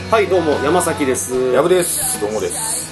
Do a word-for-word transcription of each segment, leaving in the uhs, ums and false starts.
はい、どうも、山崎です。 やぶです。どうもです。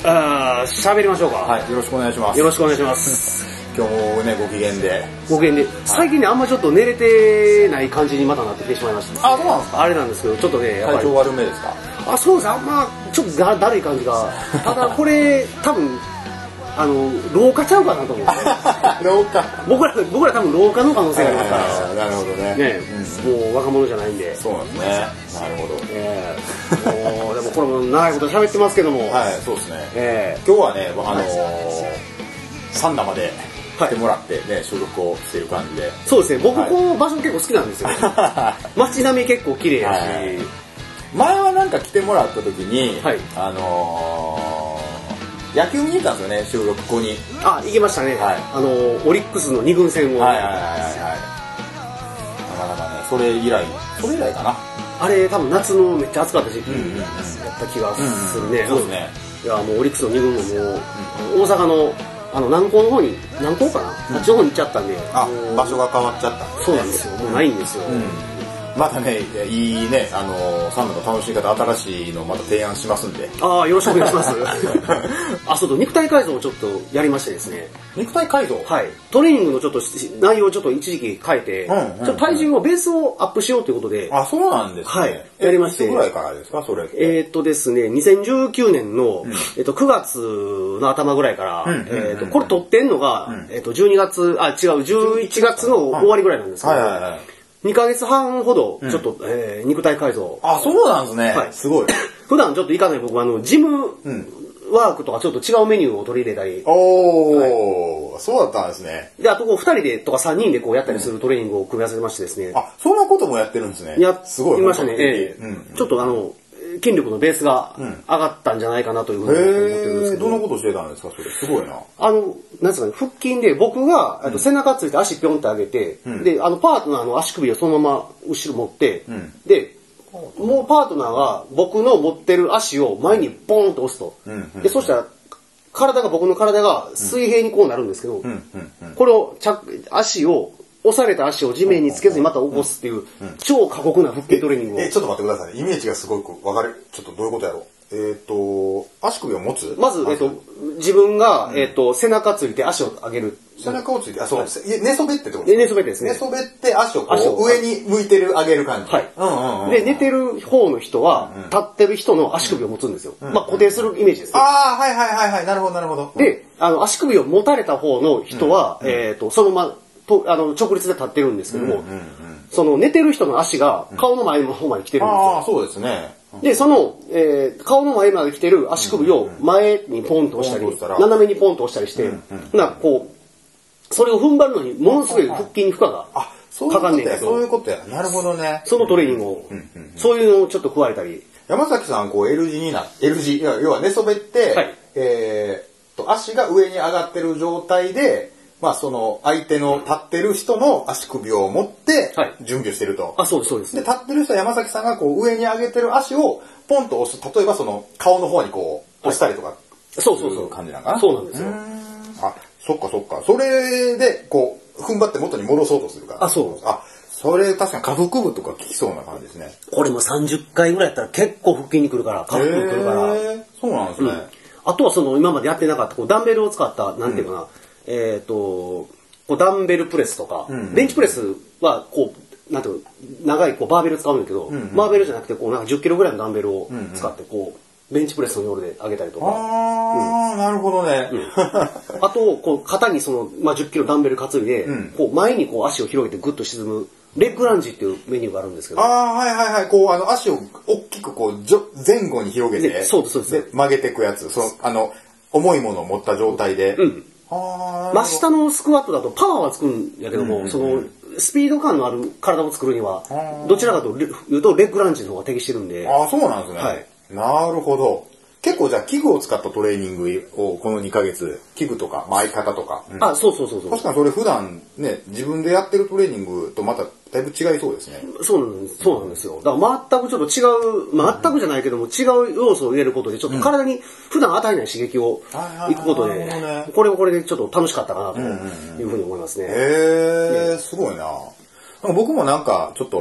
あー、喋りましょうか。 はい、よろしくお願いします。 よろしくお願いします。 今日もね、ご機嫌で。 ご機嫌で。最近ね、あんまちょっと寝れてない感じにまたなってきてしまいました、ね。 あ、そうなんですか。 あれなんですけど、ちょっとね、やっぱり。 体調悪めですか。 あ、そうです。あんま、ちょっとだ、だるい感じが。ただ、これ、多分、あの、老化ちゃうかなと思って。 老化僕ら、僕ら多分老化の可能性がありますから。 なるほどね。 ね、うん、もう若者じゃないんで。 そうなんですね。なるほど。 えー、もう、でもこれも長いこと喋ってますけども。 はい、そうですね。 えー、今日はね、あのー、サンダまで来てもらってね、はい、収録をしている感じで。 そうですね、僕この場所結構好きなんですよ。街並み結構綺麗やし、はい。 前はなんか来てもらった時に、はい、あのー、野球見に行ったんですよね、収録後に。 あ、行きましたね。はい、あのオリックスのに軍戦を。 はいはいはいはい。なかなかね、それ以来、それ以来かな。 あれ多分夏のめっちゃ暑かった時期やった気がするね。 そうですね。 いやもうオリックスのに軍ももう、うん、大阪のあの南港の方に南港かな、うん、あっちの方に行っちゃったんで。 あ、場所が変わっちゃったんですね。 そうなんですよ。もうないんですよ。 うん、またね、いいね、あの、サンダの楽しみ方、新しいのをまた提案しますんで。 ああ、よろしくお願いします。あ、そうと、肉体改造をちょっとやりましてですね。 肉体改造？ はい。トレーニングのちょっと内容をちょっと一時期変えて、うんうんうん、ちょっと体重をベースをアップしようということで。 あ、そうなんですね。はい。 やりまして。 いつぐらいからですか、それって。 えー、っとですね、にせんじゅうきゅうねんの、うん、えっと、くがつの頭ぐらいから、うんうんうんうん、えー、っと、これ撮ってんのが、うん、えー、っと、じゅうにがつ、あ、違う、じゅういちがつの終わりぐらいなんですけど、はいはいはい、にかげつはんほど、ちょっと、うん、えー、肉体改造。 あ、そうなんですね。はい。すごい。 普段ちょっと行かない僕は、あの、ジムワークとかちょっと違うメニューを取り入れたり。 おー、はい、そうだったんですね。 で、あとこう、ふたりでとかさんにんでこうやったりするトレーニングを組み合わせましてですね。 あ、そんなこともやってるんですね。 やってましたね。ええ、うんうん。ちょっとあの、筋力のベースが上がったんじゃないかなというふうに思ってるんですけど。 どんなことしてたんですか、それ。すごいな。 あの、なんですかね、腹筋で僕が、うん、背中ついて足ぴょんって上げて、うん、で、あの、パートナーの足首をそのまま後ろ持って、うん、で、もうパートナーが僕の持ってる足を前にボーンと押すと。うん、で、そしたら、体が、僕の体が水平にこうなるんですけど、これを、足を、押された足を地面につけずにまた起こすっていう、超過酷な腹筋トレーニングを。 え、ちょっと待ってください。イメージがすごく分かる。ちょっとどういうことやろう。えっ、ー、と、足首を持つ？ まず、えっ、ー、と、自分が、えっ、ー、と、背中ついて足を上げる。 背中をついて、あ、そう、はい、寝そべってってことですか？寝そべってですね。 寝そべって足をこう上に向いてる、上げる感じ。はい。うんうんうん。 で、寝てる方の人は、立ってる人の足首を持つんですよ。まあ、固定するイメージですね。 ああ、はいはいはいはい。なるほどなるほど。 で、あの、足首を持たれた方の人は、えっと、そのまま、とあの直立で立ってるんですけども、うんうんうん、その寝てる人の足が顔の前の方まで来てるんですよ。 ああ、そうですね。 で、その、えー、顔の前まで来てる足首を前にポンと押したり、うんうん、斜めにポンと押したりして、うんうん、なこう、それを踏ん張るのにものすごい腹筋に負荷がかかんねんけど、 そういうことや。なるほどね。 そのトレーニングを、うんうんうん、そういうのをちょっと加えたり。 山崎さん、こう L 字にな、L 字、要は寝そべって、はい、えー、と足が上に上がってる状態で、まあその相手の立ってる人の足首を持って準備をしてると。はい、 あ、そうですそうです。 で、立ってる人は山崎さんがこう上に上げてる足をポンと押す。例えばその顔の方にこう押したりとか。はい、 そうそうそう。 感じなのかな。 そうなんですよ。 あ、そっかそっか。それでこう踏ん張って元に戻そうとするから。 あ、そう。 あ、それ確かに下腹部とか効きそうな感じですね。 これもさんじゅっかいぐらいやったら結構腹筋にくるから、下腹部にくるから。 そうなんですね。うん、 あとはその今までやってなかったこうダンベルを使ったなんていうかな、うん、えっ、ー、と。こうダンベルプレスとか、うんうん、ベンチプレスはこうなんていう長いこうバーベル使うんだけど、うんうん、バーベルじゃなくてこうなんかじゅっキロぐらいのダンベルを使ってこうベンチプレスの夜で上げたりとか。 ああ、うん、なるほどね。うん、 あとこう肩にそのまあじゅっキロダンベル担いで、うん、こう前にこう足を広げてグッと沈むレッグランジっていうメニューがあるんですけど。 ああ、はいはいはい。こうあの足を大きくこう前後に広げて、 そうですそうです。 で曲げていくやつ、そのあの重いものを持った状態で。うん、 真下のスクワットだとパワーはつくんやけども、うんうんうん、そのスピード感のある体を作るにはどちらかというとレッグランジの方が適してるんで。 ああ、そうなんですね。はい、なるほど。結構じゃあ器具を使ったトレーニングをこのにかげつ、器具とか巻い方とか。 うん、あ、そうそうそうそう。 確かにそれ普段ね、自分でやってるトレーニングとまただいぶ違いそうですね。 そうなんです。そうなんですよ。だから全くちょっと違う、全くじゃないけども違う要素を入れることでちょっと体に普段与えない刺激をいくことで、うん、これもこれでちょっと楽しかったかなというふうに思いますね。 へえー、すごいな。僕もなんかちょっと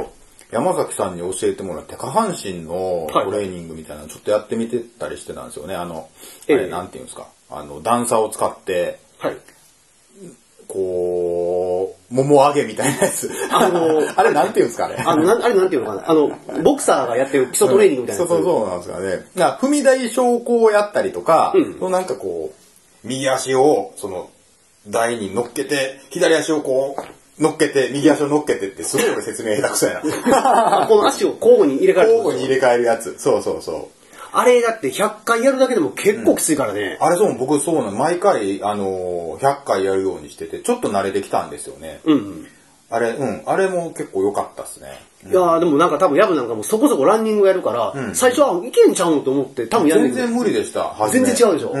山崎さんに教えてもらって下半身のトレーニングみたいなのちょっとやってみてたりしてたんですよね。あの、あれなんていうんですか。あの、段差を使って、はい。こう、もも上げみたいなやつ。あのー、あれなんていうんですかね。 あの、なあれなんていうのかな。あの、ボクサーがやってる基礎トレーニングみたいなやつ。 そうそうそうなんですかね。な踏み台昇降をやったりとか、うん、なんかこう、右足を、その、台に乗っけて、左足をこう、乗っけて、右足を乗っけてって、すごい俺説明下手くそやな。 この足を交互に入れ替える。 交互に入れ替えるやつ。そうそうそう。 あれだってひゃっかいやるだけでも結構きついからね。 うん、あれそう、僕そうなの。毎回、あのー、ひゃっかいやるようにしてて、ちょっと慣れてきたんですよね。うん、うん。あれ、うん。あれも結構良かったっすね。 いやーでもなんか多分ヤブなんかもそこそこランニングやるから、うん、最初はいけんちゃうのと思って多分やる全然無理でした。 全然違うでしょ。 うんうん。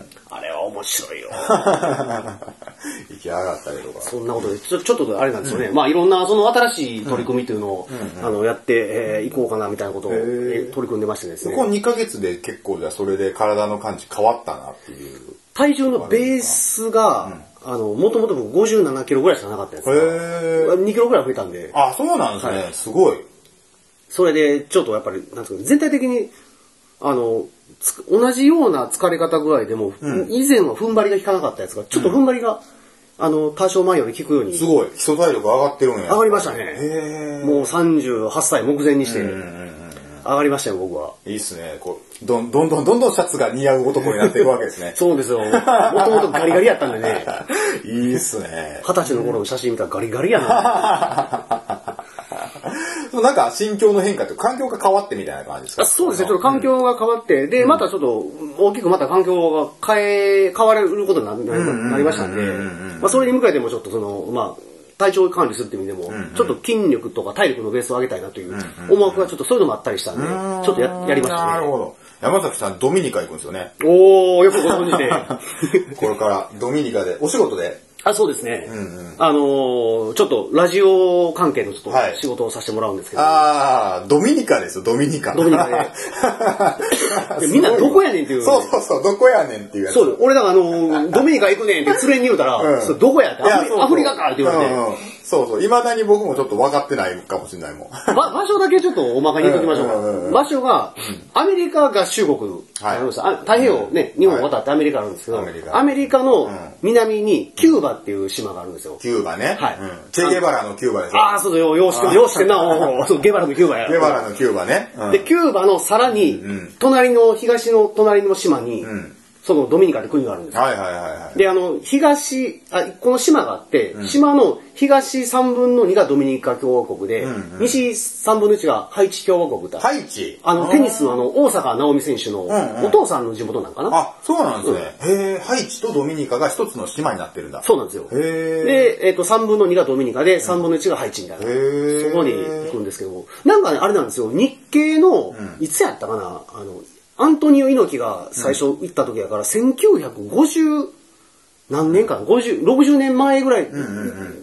あれは面白いよ。 行き上がったりとか。 そんなことで、ちょ、ちょっとあれなんですよね。うん、まあいろんなその新しい取り組みというのを、うん、あの、やってい、えー、こうかなみたいなことを、えー、取り組んでましてですね。 このにかげつで結構じゃあそれで体の感じ変わったなっていう。 体重のベースが、うん、あの、もともと僕ごじゅうななキロぐらいしかなかったやつが、にキロぐらい増えたんで。 あ、そうなんですね。はい、すごい。 それで、ちょっとやっぱり、なんですか、全体的に、あの、同じような疲れ方ぐらいでも、うん、以前は踏ん張りが効かなかったやつが、ちょっと踏ん張りが、うん、あの、多少前より効くように。 すごい。基礎体力上がってるんや。 上がりましたね。もうさんじゅうはっさい目前にして、上がりましたよ、僕は。 いいっすね。こうどんどんどんどんどんシャツが似合う男になっていくわけですね。 そうですよ。もともとガリガリやったんでね。 いいっすね。 二十歳の頃の写真見たらガリガリやな。 なんか心境の変化って環境が変わってみたいな感じですか？ そうですね、ちょっと環境が変わって、うん、で、またちょっと大きくまた環境が変え、変われることになりましたんで、まあそれに向けてもちょっとその、まあ、体調管理するっていう意味でも、うんうん、ちょっと筋力とか体力のベースを上げたいなという思惑がちょっとそういうのもあったりしたんで、ちょっと や, やりましたね。 なるほど。山崎さん、ドミニカ行くんですよね。 おー、よくご存知で。 これからドミニカで、お仕事で。 あ、そうですね。うんうん、あのー、ちょっとラジオ関係のちょっと仕事をさせてもらうんですけど、ね。はい、 ああ、ドミニカですよ、ドミニカ。 ドミニカで。みんなどこやねんっていう、ね。 そうそうそう、どこやねんっていうやつ。 そう、俺だからあのー、ドミニカ行くねんって連れに言うたら、うん、それどこやってアフリ、アフリカかって言われて。うんうん、 そうそう、未だに僕もちょっと分かってないかもしれないもん。 ば場所だけちょっとおまかに言っときましょうか。うんうんうん、場所が、アメリカ合衆国あります、はい、太平洋ね、日本を渡ってアメリカあるんですけど、はい、アメリカ、アメリカの南にキューバっていう島があるんですよ。 キューバね。はい。うん、チェゲバラのキューバですよ。 ああ、そうだよ、ようしてん、ようしてんな、おそう、ゲバラのキューバや。 ゲバラのキューバね。 うん、で、キューバのさらに、うんうん、隣の、東の隣の島に、うんそのドミニカって国があるんですよ。 はいはいはいはい。 で、あの、東、あ、この島があって、うん、島の東さんぶんのにがドミニカ共和国で、うんうん、西さんぶんのいちがハイチ共和国だ。 ハイチあの、テニスのあの、大坂なおみ選手のお父さんの地元なんかな。うんうん、 あ、そうなんですね。うん、へえ、ハイチとドミニカが一つの島になってるんだ。 そうなんですよ。へで、えっ、ー、と、さんぶんのにがドミニカで、さんぶんのいちがハイチみたいな。へそこに行くんですけども、なんかね、あれなんですよ、日系の、うん、いつやったかな、あの、アントニオ猪木が最初行った時やから、うん、せんきゅうひゃくごじゅう何年かな、ごじゅう、ろくじゅうねんまえぐらい、うんうんうん、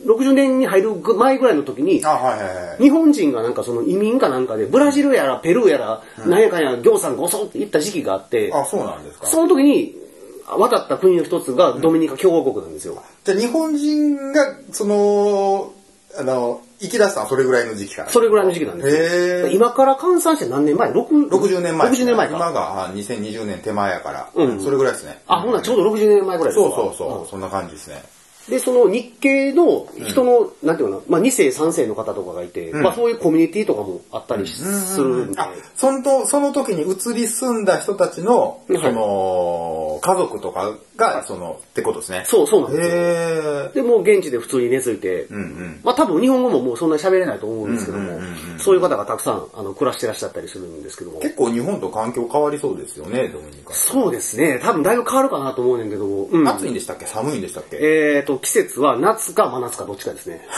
ろくじゅうねんに入る前ぐらいの時に、 あ、はいはいはい、 日本人がなんかその移民かなんかで、ブラジルやらペルーやら、うん、なんやかんや行さんごそって行った時期があって、 あ、そうなんですか。 その時に渡った国の一つがドミニカ共和国なんですよ。うん、 じゃあ日本人が、その、あの、行き出したのはそれぐらいの時期から。 それぐらいの時期なんですよ。今から換算して何年前 ?ろくじゅう 年前。ろくじゅうねんまえか。 今がにせんにじゅうねん手前やから。うん。それぐらいですね。 あ、ほんならちょうどろくじゅうねんまえぐらいですか。そうそうそう。うん、そんな感じですね。 で、その日系の人の、うん、なんていうのかな、まあに世さん世の方とかがいて、うん、まあそういうコミュニティとかもあったりするんで。 あ、その、その時に移り住んだ人たちの、はい、その、家族とかが、その、ってことですね。 そう、そうなんですよ。へで、もう現地で普通に根付いて、うんうん、まあ多分日本語ももうそんなに喋れないと思うんですけども、そういう方がたくさんあの暮らしてらっしゃったりするんですけども。 結構日本と環境変わりそうですよね、ドミニカ。 そうですね。多分だいぶ変わるかなと思うねんけども。 うん、暑いんでしたっけ？寒いんでしたっけ？ えーと、季節は夏か真夏かどっちかですね。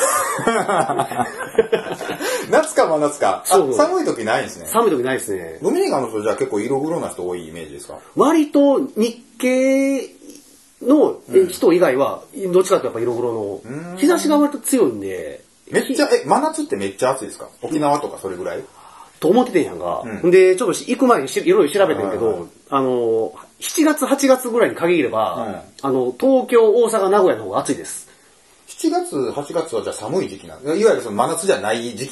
夏か真夏か。そうそう。寒い時ないんですね。 寒い時ないですね。 ドミニカの人じゃ結構色黒な人多いイメージですか？ 割と日系の人以外は、どっちかというとやっぱ色黒の、日差しが割と強いんで。 めっちゃ、え、真夏ってめっちゃ暑いですか？沖縄とかそれぐらい？ と思っててんやんか。うん、で、ちょっと行く前にいろいろ調べてんけど、あの、しちがつ、はちがつぐらいに限れば、うん、あの、東京、大阪、名古屋の方が暑いです。 しちがつ、はちがつはじゃあ寒い時期なんです。いわゆるその真夏じゃない時期になるってこと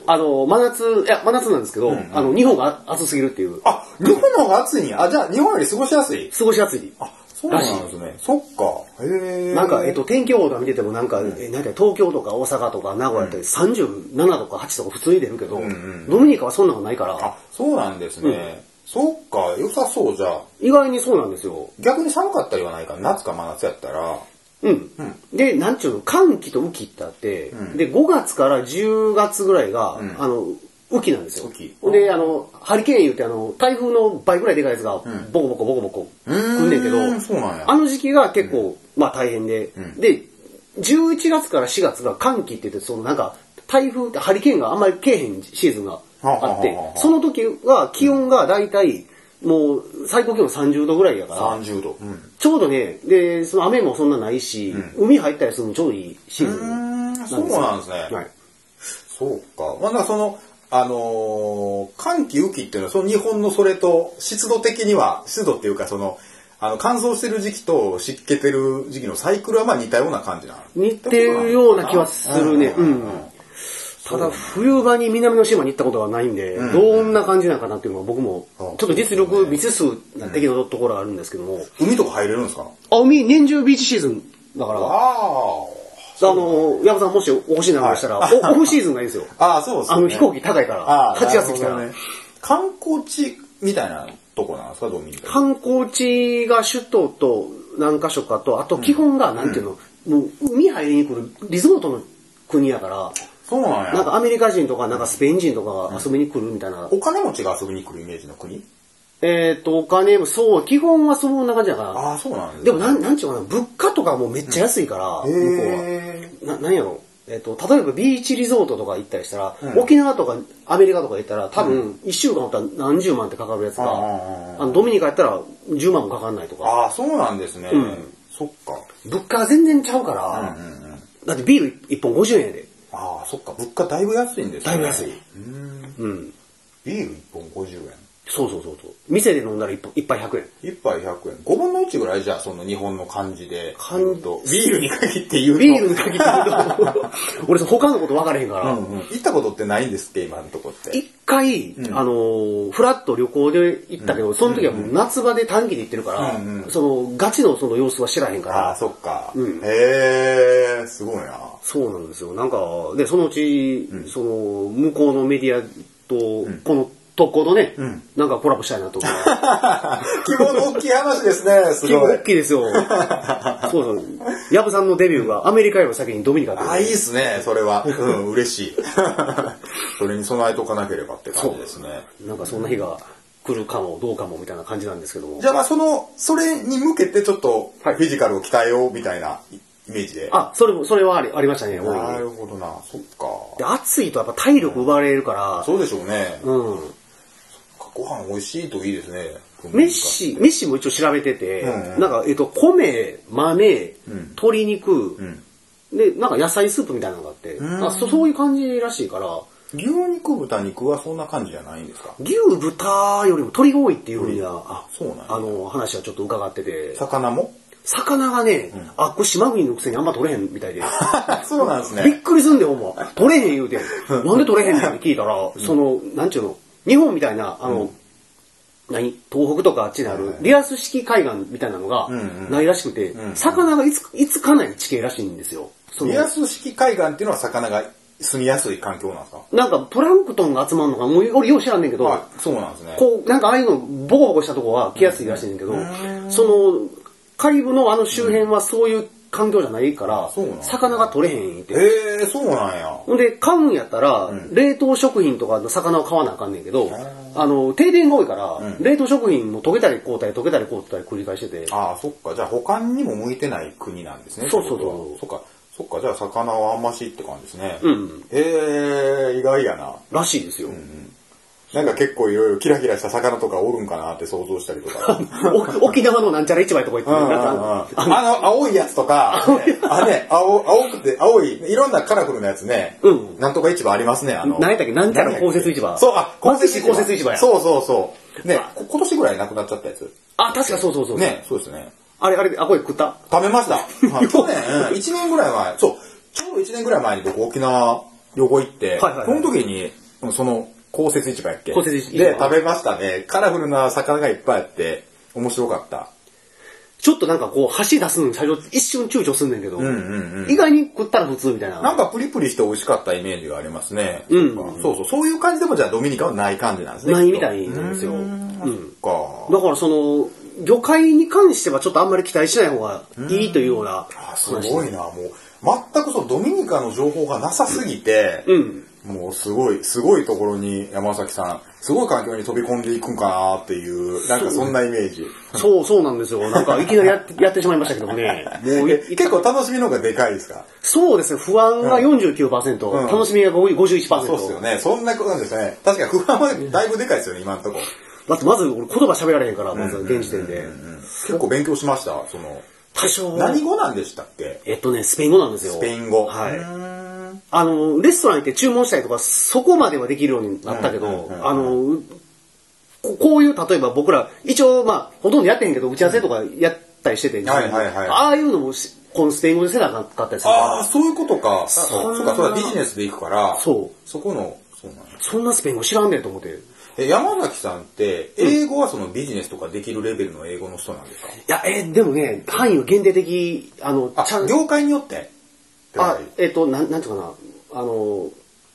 あの、真夏、いや、真夏なんですけど、うんうん、あの、日本が暑すぎるっていう。 あ、日本の方が暑いんや。あ、じゃあ日本より過ごしやすい過ごしやすい。 あ、そうなんですね。そっか。へえ。なんか、えっと、天気予報とか見ててもなんか、うん、え、なんか東京とか大阪とか名古屋ってさんじゅうななどかはちとか普通に出るけど、うんうん、ドミニカはそんなのないから。 あ、そうなんですね。うんそっか、良さそうじゃ。 意外にそうなんですよ。 逆に寒かったりはないか夏か真夏やったら。 うん。うん、で、なんちゅうの、寒気と雨季ってあって、うん、で、ごがつからじゅうがつぐらいが、うん、あの、雨季なんですよ。で、あの、ハリケーン言ってあの、台風の倍ぐらいでかいやつが、ボコボコボコボコ来んねんけど、 そうなんやあの時期が結構、うん、まあ大変で、うん、で、じゅういちがつからしがつが寒気って言って、そのなんか、台風ってハリケーンがあんまり来えへんシーズンがあって、その時は気温がだいたい、もう最高気温さんじゅうどぐらいやから、 さんじゅうど、うん、 ちょうどね、で、その雨もそんなないし、うん、海入ったりするのもちょうどいいシーズンなんですよ。 そうなんですね。はい。そうか。まあ、だからその、あのー、寒気雨季っていうのは、その日本のそれと湿度的には、湿度っていうかその、あの乾燥してる時期と湿気てる時期のサイクルはまあ似たような感じなの。 似てるような気はするね。うん。ただ冬場に南の島に行ったことがないんで、うん、どんな感じなのかなっていうのは僕もちょっと実力未知数な的なところがあるんですけども、 うん、海とか入れるんですか？ あ、海年中ビーチシーズンだから、あの矢部さんもしお欲しいなとしたら、はい、オフシーズンがいいんですよ。 ああ、そうですね。 あの飛行機高いからはちがつ来たら、ね、 観光地みたいなとこなんですか？ドミニカ。 観光地が首都と何か所かと、あと基本がなんていうの、うん、もう海入りに来るリゾートの国やから。 そうなんや。 なんかアメリカ人とかなんかスペイン人とかが遊びに来るみたいな。 お金持ちが遊びに来るイメージの国？ えっと、お金も、そう、基本はそんな感じだから。 ああ、そうなんですね。 でもなん、なんちゅうかな、物価とかもめっちゃ安いから、うん、向こうは。な、なんやろ。えっと、例えばビーチリゾートとか行ったりしたら、うん、沖縄とかアメリカとか行ったら、多分、いっしゅうかんおったら何十万ってかかるやつが、うん、あのドミニカやったらじゅうまんもかかんないとか。 ああ、そうなんですね。うん、そっか。 物価が全然ちゃうから、うんうんうん、だってビールいっぽんごじゅうえんやで。 ああ、そっか。物価だいぶ安いんですね。 だいぶ安い。 うん。うん。ビールいっぽんごじゅうえん。 そうそうそうそう。店で飲んだらいっぱいひゃくえん。 いっぱいひゃくえん。ごぶんのいちぐらいじゃあ、その日本の感じで。感と。ビールに限って言うと。 ビールに限って言うと。俺他のこと分からへんから、うんうん。行ったことってないんですって、今のとこって。 一回、うん、あのー、フラッと旅行で行ったけど、うん、その時はもう夏場で短期で行ってるから、うんうん、その、ガチのその様子は知らへんから。 ああ、そっか。うん、へー、すごいな。 そうなんですよ。なんか、で、そのうち、うん、その、向こうのメディアと、この、特攻とね、うん、なんかコラボしたいなと思う。 規模の大きい話ですね、すごい。規模大きいですよ。そうそう。ヤブさんのデビューがアメリカより先にドミニカで、ね。 あ、いいっすね、それは。うん、嬉しい。それに備えとかなければって感じですね。 なんかそんな日が来るかもどうかもみたいな感じなんですけども。 じゃあまあその、それに向けてちょっとフィジカルを鍛えようみたいなイメージで。 あ、それも、それはありありましたね、 なるほどな、そっか。 で、暑いとやっぱ体力奪われるから。 うん、そうでしょうね。 うん。 ご飯美味しいといいですね。 飯、飯も一応調べてて、うんうん、なんか、えっと、米、豆、うん、鶏肉、うん、で、なんか野菜スープみたいなのがあって、うん、そ, そういう感じらしいから。 牛肉、豚肉はそんな感じじゃないんですか？ 牛、豚よりも鶏が多いっていうふうには、うん、 あ、そうなんや。 あの、話はちょっと伺ってて。 魚も？ 魚がね、うん、あ、これ島国のくせにあんま取れへんみたいで。 そうなんですね。 びっくりすんで、ほんま。取れへん言うて。なんで取れへんのって聞いたら、うん、その、なんちゅうの、日本みたいな、あの、うん何東北とかあっちにあるリアス式海岸みたいなのがないらしくて、うんうん、魚がいついつかない地形らしいんですよ。 リアス式海岸っていうのは魚が住みやすい環境なんですか？ なんかプランクトンが集まるのかもう俺よう知らんねんけど、はい、 そうなんですね。 こうなんかああいうのボコボコしたとこは来やすいらしいねんけど、うん、その海部のあの周辺はそういう環境じゃないから、うん、魚が取れへんって。 へえ、そうなんや。 ほんで買うんやったら、うん、冷凍食品とかの魚を買わなあかんねんけど、あの停電が多いから、うん、冷凍食品も溶けたり凍ったり溶けたり凍ったり繰り返してて。 ああ、そっか。じゃあ他にも向いてない国なんですね。 そうそうそう。 そっか。そっか。じゃあ魚はあんましって感じですね。うん。へえ、意外やな。 らしいですよ。 うんうん、なんか結構いろいろキラキラした魚とかおるんかなって想像したりとか。 沖縄のなんちゃら市場とか行って、なんかあの青いやつとか、ね、あね、青、青くて青い、いろんなカラフルなやつね、うん、なんとか市場ありますね。あの、 何やったっけ、なんちゃら公設市場。 そう、あ、 公設市場。公設市場や。 そうそうそう。ね、今年ぐらいなくなっちゃったやつ。 あ、確かそうそうそう。 ね、そうですね。 あれ、あれ、あ、これ食った？ 食べました。去年、いちねんぐらい前、そう、ちょうどいちねんぐらい前に僕沖縄旅行行って、 はいはいはい、 その時に、その、公設市場やっけ公設市場。 で、食べましたね。カラフルな魚がいっぱいあって、面白かった。 ちょっとなんかこう、箸出すのに最初一瞬躊躇すんねんけど、うんうんうん、意外に食ったら普通みたいな。 なんかプリプリして美味しかったイメージがありますね。 うん、うん。 そうそう、そういう感じでもじゃあドミニカはない感じなんですね。 ないみたいなんですよ。うん。 そっか。 だからその、魚介に関してはちょっとあんまり期待しない方がいいというような。 あ、すごいな、もう。全くそのドミニカの情報がなさすぎて、うん、もうすごい、すごいところに山崎さん、すごい環境に飛び込んでいくんかなっていう、なんかそんなイメージ。 そう、そうなんですよ。なんかいきなりやってやってしまいましたけどもね。もう結構楽しみの方がでかいですか？ そうですね。不安が よんじゅうきゅうパーセント、うん、楽しみが ごじゅういちパーセント。 そうですよね。そんなことなんですね。確かに不安はだいぶでかいですよね、今のところ。 だってまず俺言葉喋られへんから、まず現時点で。うんうんうん、 結構勉強しました、その。 多少。 何語なんでしたっけ？ えっとね、スペイン語なんですよ。 スペイン語。 はい。あの、レストラン行って注文したりとか、そこまではできるようになったけど、あの、こういう、例えば僕ら、一応まあ、ほとんどやってへんけど、打ち合わせとかやったりしてて、 はいはいはい、 ああいうのも、このスペイン語でせなかったりするから。 ああ、そういうことか。そうか、それはビジネスで行くから、 そう。 そこの、そうなんそんなスペイン語知らんねえと思って。 え、山崎さんって、英語はそのビジネスとかできるレベルの英語の人なんですか？ いや、え、でもね、範囲は限定的、あの、 あ、ちゃん業界によってあ、えっと、なん、なんていうかな、あの、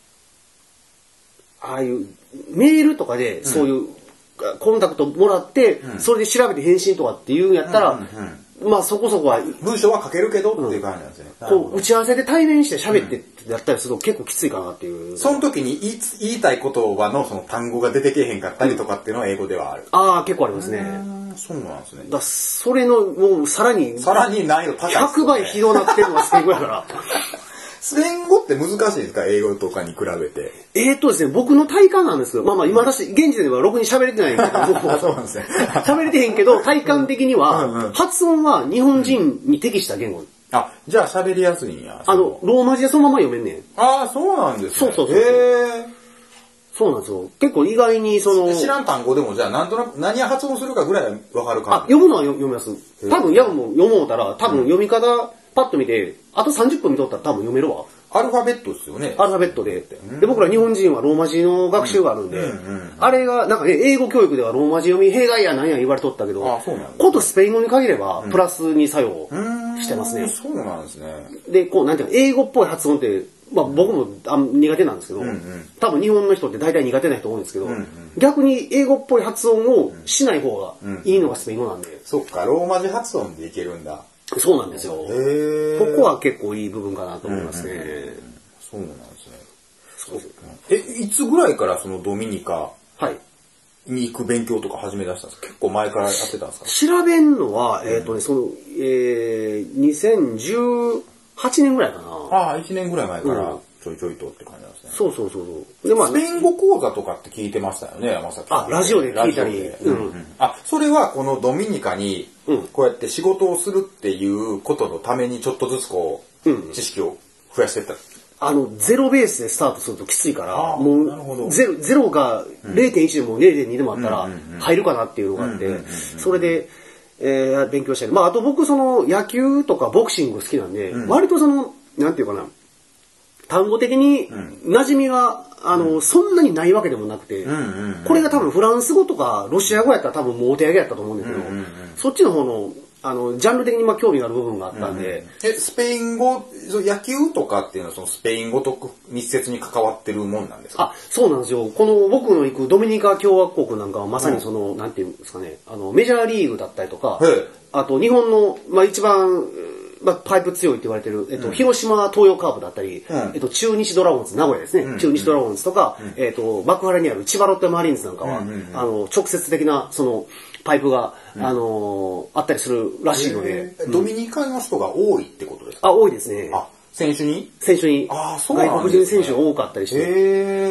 ああいうメールとかでそういうコンタクトもらって、うん、それで調べて返信とかっていうんやったら、うんうんうん、まあそこそこは文章は書けるけどっていう感じなんですね。 うん、こう打ち合わせで対面して喋ってやったりすると結構きついかなっていう。 その時に言い言いたい言葉のその単語が出てけへんかったりとかっていうのは英語ではある。 うん、ああ結構ありますね。 そうなんですね。 だそれのもうさらにさらに難易度高いですね。 ひゃくばいひどなってるのがスペイン語やから。 スペイン語って難しいですか？英語とかに比べて。 えーっとですね、僕の体感なんですけど、まあまあ今私、現時点ではろくに喋れてないんですけど、 そうなんですね。 喋れてへんけど、体感的には、うんうん、発音は日本人に適した言語。 あ、じゃあ喋りやすいんや。 あの、ローマ字でそのまま読めんねん。 ああ、そうなんですね。 そうそうそう。へー。そうなんですよ。結構意外にその。 知らん単語でもじゃあなんとなく何発音するかぐらいわかるか。 あ、読むのは読みます。多分、読むも読もうたら、多分読み方パッと見て、あとさんじゅっぷん見とったら多分読めるわ。 アルファベットですよね。 アルファベットでって。で、僕ら日本人はローマ字の学習があるんで、あれが、なんかね、英語教育ではローマ字読み弊害や何や言われとったけど、 あ、そうなんですね、 ことスペイン語に限れば、プラスに作用してますね。 そうなんですね。 で、こう、なんていうの、英語っぽい発音って、まあ僕もあ苦手なんですけど、うんうん、多分日本の人って大体苦手な人多いんですけど、うんうん、逆に英語っぽい発音をしない方がいいのがスペイン語なんで。うんうん、 そっか、ローマ字発音でいけるんだ。 そうなんですよ。ここは結構いい部分かなと思いますね。うんうん、 そうなんですね。そうえ、いつぐらいからそのドミニカに行く勉強とか始め出したんですか？結構前からやってたんですか？ 調べんのは、えっとね、その、えー、にせんじゅうはちねんぐらいかな。 ああ、いちねんぐらい前からちょいちょいとって感じなんですね。 そうそうそうそう。で、 まあ、スペイン語講座とかって聞いてましたよね、山崎さん。 あ、ラジオで聞いたり。うんうん、あ、それはこのドミニカに、こうやって仕事をするっていうことのためにちょっとずつこう、うん、知識を増やしていった。 あの、ゼロベースでスタートするときついから、もう、ゼロ、ゼロが れいてんいち でも れいてんに でもあったら入るかなっていうのがあって、それで、えー、勉強したり。まあ、あと僕その野球とかボクシング好きなんで、うん、割とその、なんていうかな、単語的に馴染みが、あの、うん、そんなにないわけでもなくて、これが多分フランス語とかロシア語やったら多分もうお手上げやったと思うんだけど、そっちの方の、あの、ジャンル的にまあ興味がある部分があったんで。うんうん、 え、スペイン語、野球とかっていうのはそのスペイン語と密接に関わってるもんなんですか？ あ、そうなんですよ。この僕の行くドミニカ共和国なんかはまさにその、うん、なんていうんですかね、あの、メジャーリーグだったりとか、あと日本の、まあ一番、まあ、パイプ強いって言われてる、えっと、うん、広島東洋カープだったり、うん、えっと、中日ドラゴンズ、名古屋ですね。うん、中日ドラゴンズとか、うん、えっと、幕張にある千葉ロッテマリーンズなんかは、うんうんうん、あの、直接的な、その、パイプが、うん、あのー、あったりするらしいので。 うん、ドミニカの人が多いってことですか？ あ、多いですね。 あ、選手に選手に。 あ、そうなんですね。 外国人選手が多かったりして。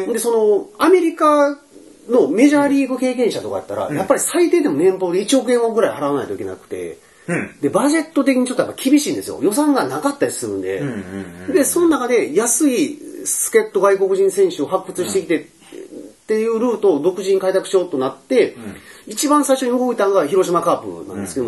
で、その、アメリカのメジャーリーグ経験者とかやったら、うん、やっぱり最低でも年俸でいちおくえんぐらい払わないといけなくて、うん、で、バジェット的にちょっとやっぱ厳しいんですよ。予算がなかったりするんで。うんうんうん、で、その中で安い助っ人外国人選手を発掘してきて、うん、っていうルートを独自に開拓しようとなって、うん、一番最初に動いたのが広島カープなんですけども、う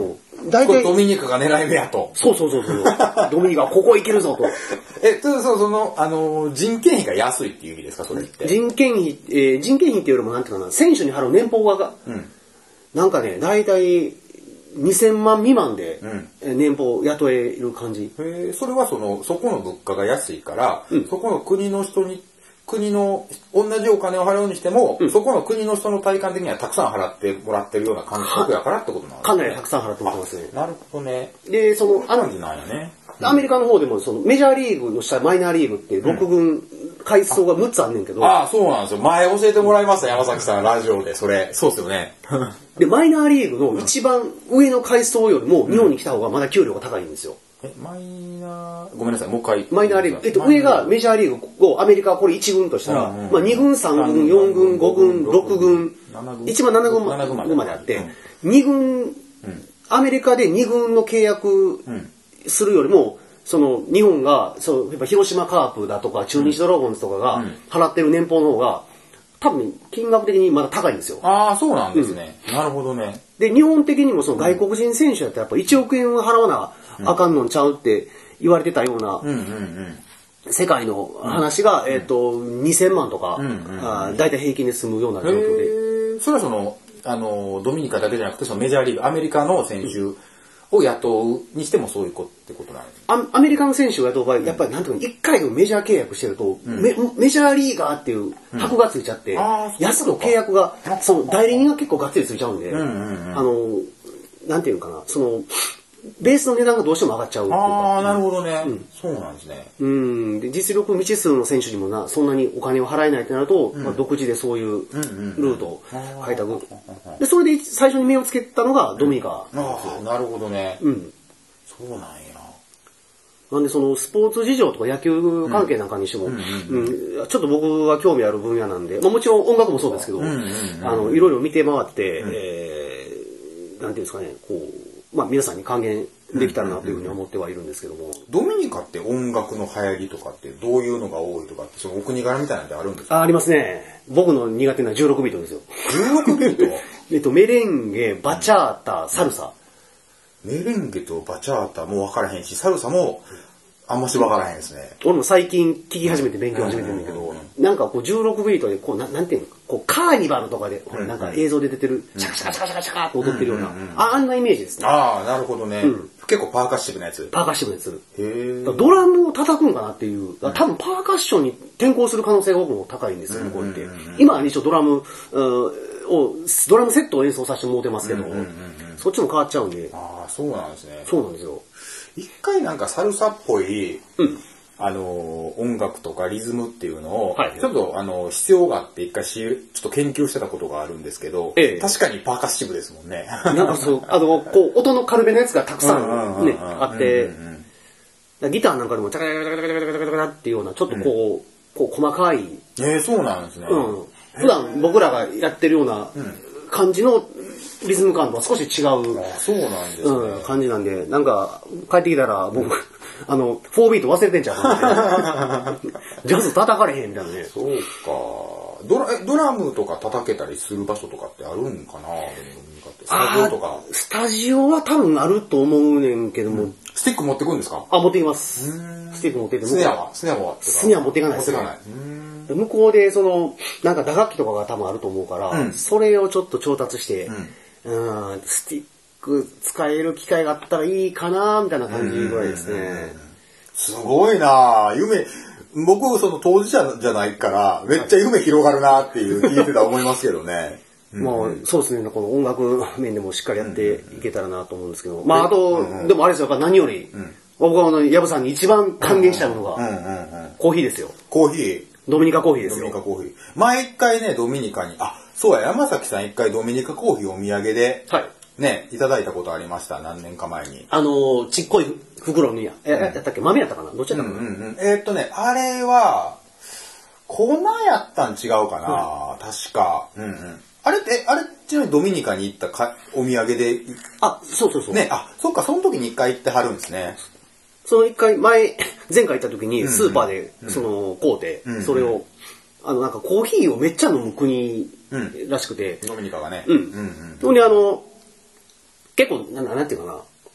大体。ドミニカが狙い目やと。 そうそうそうそう。ドミニカ、ここ行けるぞと。 え、そうそう、その、あの、人件費が安いっていう意味ですか、それって。 人件費、えー、人件費っていうよりもなんていうかな、選手に払う年俸が、うん、なんかね、大体、にせんまん未満で年俸を雇える感じ、 うん、へそれはそのそこの物価が安いから、うん、そこの国の人に国の同じお金を払うにしても、うん、そこの国の人の体感的にはたくさん払ってもらってるような感覚やからってことなんですね。 かなりたくさん払ってもらってますね。 なるほどね。 で、その、 あの、なんやね。 アメリカの方でもそのメジャーリーグの下マイナーリーグってろく軍、うん、階層がむっつあんねんけど。 ああ、そうなんですよ。前教えてもらいました、山崎さん、ラジオで。それ。そうですよね。 で、マイナーリーグの一番上の階層よりも日本に来た方がまだ給料が高いんですよ。 え、マイナー、ごめんなさい、もう一回。 マイナーリーグ。えっと、上がメジャーリーグをアメリカこれいち軍としたら、うんうん、まあに軍、さん軍、よん軍、ご軍、ろく軍、一番なな軍まであって、うん、に軍、うん、アメリカでに軍の契約するよりも、その日本がそうやっぱ広島カープだとか中日ドラゴンズとかが払ってる年俸の方が多分金額的にまだ高いんですよ。 ああ、そうなんですね、うん。なるほどね。 で、日本的にもその外国人選手だってやっぱいちおくえん払わなあかんのんちゃうって言われてたような世界の話が、えっとにせんまんとかだいたい平均で済むような状況で。 それはそのあのドミニカだけじゃなくてそのメジャーリーグアメリカの選手、うんを雇うにしてもそういうことってことなんですか？ アメリカの選手を雇う場合、やっぱりなんていうか、一回のメジャー契約してると、うん、メ, メジャーリーガーっていう箔がついちゃって、うん、安く契約が、その代理人が結構がっつりついちゃうんで、うんうんうん、あの、なんていうかな、その、ベースの値段がどうしても上がっちゃうっていうか。 ああ、なるほどね、うん。そうなんですね。 うん。で、実力未知数の選手にもな、そんなにお金を払えないってなると、うん、まあ、独自でそういうルートを開拓。で、それで最初に目をつけたのがドミニカなんですよ。 ああ、なるほどね。うん。そうなんや。 なんでそのスポーツ事情とか野球関係なんかにしても、うんうん、ちょっと僕は興味ある分野なんで、まあ、もちろん音楽もそうですけど、うんうんうん、あのいろいろ見て回って、うん、えー、なんていうんですかね、こう、まあ、皆さんに還元できたらなというふうに思ってはいるんですけども、うんうんうん、 ドミニカって音楽の流行りとかってどういうのが多いとかってそのお国柄みたいなんてあるんですか？ あ, ありますね。僕の苦手なじゅうろくビートですよ。 じゅうろくビートえっとメレンゲ、バチャータ、サルサ。 メレンゲとバチャータも分からへんし、サルサもあんまし分からへんですね。 俺も最近聴き始めて勉強始めてるんだけど、なんかこうじゅうろくビートでこうな、なんていうの、こうカーニバルとかで、ほらなんか映像で出てる、チャカチャカチャカチャカチャカと踊ってるような、あんなイメージですね。 ああ、なるほどね。うん、結構パーカッシブなやつ。 パーカッシブなやつ。へドラムを叩くんかなっていう、多分パーカッションに転向する可能性が僕も高いんですよ、こうやって。今は一応ドラム、をドラムセットを演奏させてもらってますけど、そっちも変わっちゃうんで。 ああ、そうなんですね。 そうなんですよ。 一回なんかサルサっぽい、うん、あの音楽とかリズムっていうのを、はい、ちょっとあの必要があって一回しちょっと研究してたことがあるんですけど、ええ、確かにパーカッシブですもんね。 なんかそうあのこう音の軽めのやつがたくさんねあって、ギターなんかでもチャカチャカチャカチャカチャカチャカチャカっていうようなちょっとこう、うん、こう細かい。 えー、そうなんですね。うん普段僕らがやってるような感じのリズム感とは少し違う、 うん、あそうなんですね、 うん、感じなんで、なんか帰ってきたら僕、うん、あの、フォービート忘れてんちゃうかなって。ジャズ叩かれへんみたいなね。 そうか。ドラ、え、ドラムとか叩けたりする場所とかってあるんかなスタジオとか。 スタジオは多分あると思うねんけども。うん、 スティック持ってくんですか？ あ、持ってきます。スティック持ってきて。 スネアはスネアはスネア持っていかないですね。持っていかない。向こうでそのなんか打楽器とかが多分あると思うから、うん、それをちょっと調達して、うん、うんスティック使える機会があったらいいかなみたいな感じぐらいですね。 すごいな夢僕その当事者じゃないからめっちゃ夢広がるなっていう聞いてた思いますけどね。 まあそうですねこの音楽面でもしっかりやっていけたらなと思うんですけど、まああと、うんうん、でもあれですよ何より、うん、僕はあの薮さんに一番還元したものがコーヒーですよ。 コーヒードミニカコーヒーですよ。 ドミニカコーヒー。前一回ね、ドミニカに、あ、そうや、山崎さん一回ドミニカコーヒーお土産で、はい。ね、いただいたことありました、何年か前に。 あのー、ちっこい袋に、え、うん、やったっけ豆やったかなどっちやったかな、うんうんうん、 えー、っとね、あれは、粉やったん違うかな、うん、確か。うんうん。あれって、あれ、ちなみにドミニカに行ったかお土産で。 あ、そうそうそう。 ね、あ、そっか、その時に一回行ってはるんですね。 その一回前、前回行った時にスーパーで、その、買うて、それを、あの、なんかコーヒーをめっちゃ飲む国らしくて。 ドミニカがね。 うん。特にあの、結構、なんなんていうかな、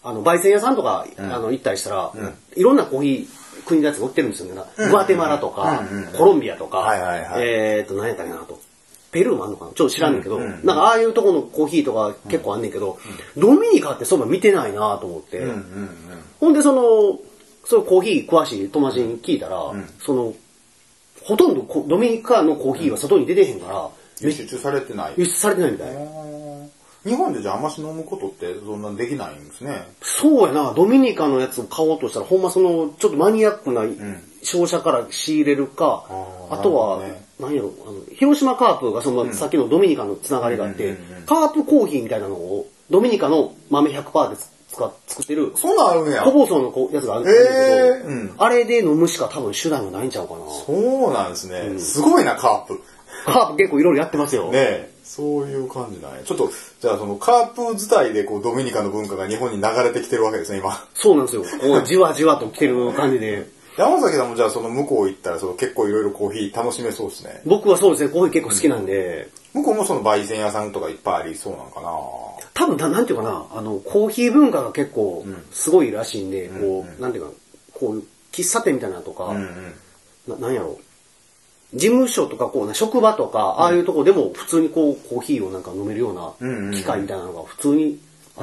あの、焙煎屋さんとか、うん、あの、行ったりしたら、うん、いろんなコーヒー、国のやつが売ってるんですよね。グアテマラとか、うんうんうん、コロンビアとか、はいはいはい、えーと、何やったかなと。ペルーもあんのかなちょっと知らんねんけど、うんうんうん、なんかああいうところのコーヒーとか結構あんねんけど、うん、ドミニカってそういえば見てないなと思って、うんうんうん、ほんでその、そのコーヒー詳しい友達に聞いたら、うん、その、ほとんどドミニカのコーヒーは外に出てへんから、 輸出されてない輸出されてないみたい。 日本でじゃああんまし飲むことってそんなできないんですね。 そうやな、ドミニカのやつを買おうとしたら、ほんまその、ちょっとマニアックな商社から仕入れるか、うん、あとは、ね、何やろ、あの、広島カープがその、うん、さっきのドミニカのつながりがあって、うんうんうんうん、カープコーヒーみたいなのを、ドミニカの豆 ひゃくパーセント で使作ってる、 そんなんあるんや。 個包装のやつがあるんだけど、えーうん、あれで飲むしか多分手段がないんちゃうかな。 そうなんですね。うん、すごいな、カープ。 カープ結構いろいろやってますよ。 ねえ。そういう感じなんや。ちょっと、じゃあそのカープ自体でこうドミニカの文化が日本に流れてきてるわけですね、今。 そうなんですよ。こうじわじわと来てる感じで。 山崎さんもじゃあその向こう行ったらその結構いろいろコーヒー楽しめそうですね。 僕はそうですね、コーヒー結構好きなんで。 うん、向こうもその焙煎屋さんとかいっぱいありそうなのかな。 多分な、なんていうかな、あの、コーヒー文化が結構すごいらしいんで、うん、こう、なんていうか、こう、喫茶店みたいなのとか、うんうん、ななんやろう。事務所とかこうな職場とか、ああいうとこでも普通にこうコーヒーをなんか飲めるような機械みたいなのが普通にあって、